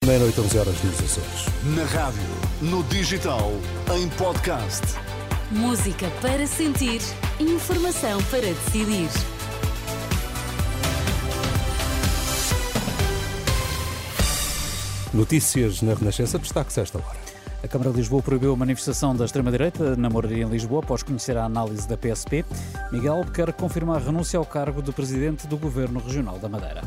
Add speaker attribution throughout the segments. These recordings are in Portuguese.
Speaker 1: meia-noite, 11 horas nos Açores.
Speaker 2: Na rádio, no digital, em podcast.
Speaker 3: Música para sentir, informação para decidir.
Speaker 1: Notícias na Renascença, destaque-se a esta hora.
Speaker 4: A Câmara de Lisboa proibiu a manifestação da extrema-direita na Moraria em Lisboa após conhecer a análise da PSP. Miguel Albuquerque confirma a renúncia ao cargo de Presidente do Governo Regional da Madeira.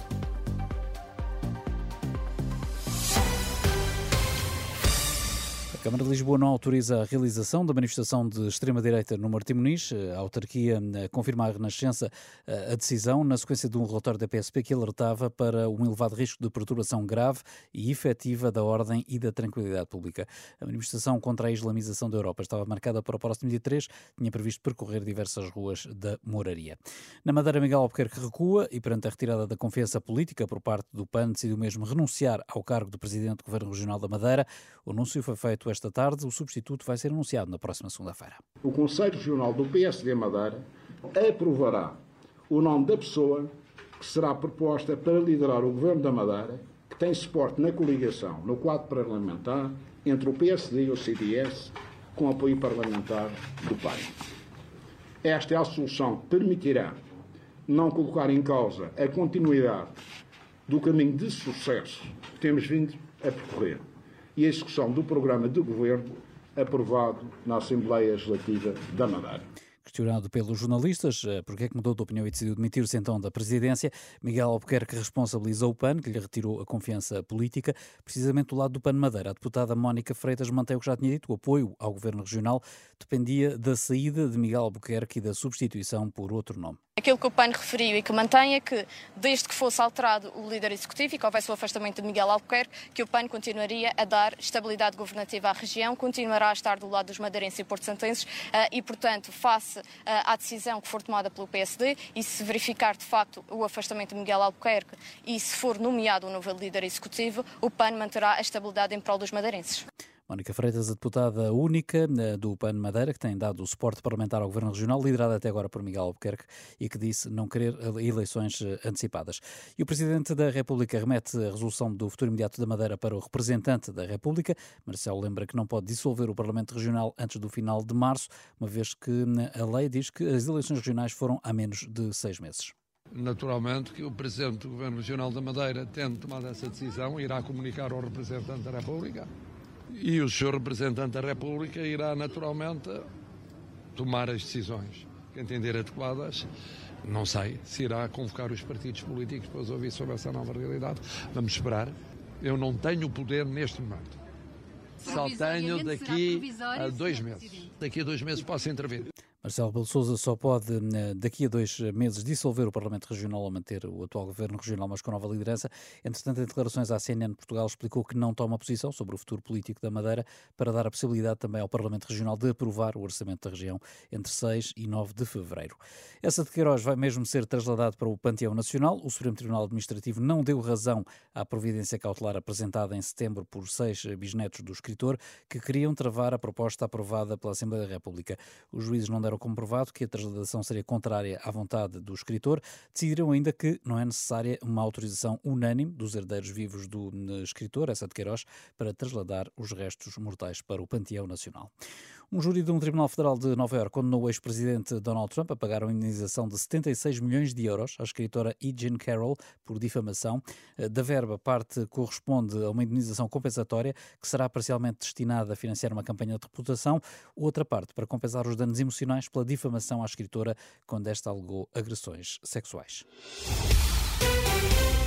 Speaker 4: A Câmara de Lisboa não autoriza a realização da manifestação de extrema-direita no Martim Moniz. A autarquia confirma à Renascença a decisão na sequência de um relatório da PSP que alertava para um elevado risco de perturbação grave e efetiva da ordem e da tranquilidade pública. A manifestação contra a islamização da Europa estava marcada para o próximo dia 3, tinha previsto percorrer diversas ruas da Moraria. Na Madeira, Miguel Albuquerque recua e, perante a retirada da confiança política por parte do PAN, decidiu mesmo renunciar ao cargo de Presidente do Governo Regional da Madeira. O anúncio foi feito esta tarde, o substituto vai ser anunciado na próxima segunda-feira.
Speaker 5: O Conselho Regional do PSD Madeira aprovará o nome da pessoa que será proposta para liderar o Governo da Madeira, que tem suporte na coligação, no quadro parlamentar, entre o PSD e o CDS, com apoio parlamentar do PAN. Esta é a solução que permitirá não colocar em causa a continuidade do caminho de sucesso que temos vindo a percorrer e a execução do programa de governo aprovado na Assembleia Legislativa da Madeira.
Speaker 4: Questionado pelos jornalistas porque é que mudou de opinião e decidiu demitir-se então da presidência, Miguel Albuquerque responsabilizou o PAN, que lhe retirou a confiança política, precisamente do lado do PAN Madeira. A deputada Mónica Freitas mantém o que já tinha dito, o apoio ao governo regional dependia da saída de Miguel Albuquerque e da substituição por outro nome.
Speaker 6: Aquilo que o PAN referiu e que mantém é que, desde que fosse alterado o líder executivo e que houvesse o afastamento de Miguel Albuquerque, que o PAN continuaria a dar estabilidade governativa à região, continuará a estar do lado dos madeirenses e porto-santenses e, portanto, face à decisão que for tomada pelo PSD e se verificar, de facto, o afastamento de Miguel Albuquerque e se for nomeado um novo líder executivo, o PAN manterá a estabilidade em prol dos madeirenses.
Speaker 4: Mónica Freitas, a deputada única do PAN Madeira, que tem dado o suporte parlamentar ao Governo Regional, liderada até agora por Miguel Albuquerque, e que disse não querer eleições antecipadas. E o Presidente da República remete a resolução do futuro imediato da Madeira para o representante da República. Marcelo lembra que não pode dissolver o Parlamento Regional antes do final de março, uma vez que a lei diz que as eleições regionais foram há menos de 6 meses.
Speaker 7: Naturalmente que o Presidente do Governo Regional da Madeira, tendo tomado essa decisão, irá comunicar ao representante da República. E o Sr. Representante da República irá, naturalmente, tomar as decisões que entender adequadas. Não sei se irá convocar os partidos políticos para os ouvir sobre essa nova realidade. Vamos esperar. Eu não tenho poder neste momento. Só tenho daqui a 2 meses. Daqui a 2 meses posso intervir.
Speaker 4: Marcelo Rebelo de Sousa só pode, daqui a 2 meses, dissolver o Parlamento Regional ou manter o atual Governo Regional, mas com nova liderança. Entretanto, em declarações à CNN Portugal, explicou que não toma posição sobre o futuro político da Madeira para dar a possibilidade também ao Parlamento Regional de aprovar o orçamento da região entre 6 e 9 de fevereiro. Essa de Queiroz vai mesmo ser trasladado para o Panteão Nacional. O Supremo Tribunal Administrativo não deu razão à providência cautelar apresentada em setembro por 6 bisnetos do escritor que queriam travar a proposta aprovada pela Assembleia da República. Os juízes não deram comprovado que a trasladação seria contrária à vontade do escritor. Decidiram ainda que não é necessária uma autorização unânime dos herdeiros vivos do escritor, essa de Queiroz, para trasladar os restos mortais para o Panteão Nacional. Um júri de um tribunal federal de Nova Iorque condenou o ex-presidente Donald Trump a pagar uma indenização de 76 milhões de euros à escritora E. Jean Carroll por difamação. Da verba, parte corresponde a uma indenização compensatória que será parcialmente destinada a financiar uma campanha de reputação, outra parte para compensar os danos emocionais pela difamação à escritora quando esta alegou agressões sexuais.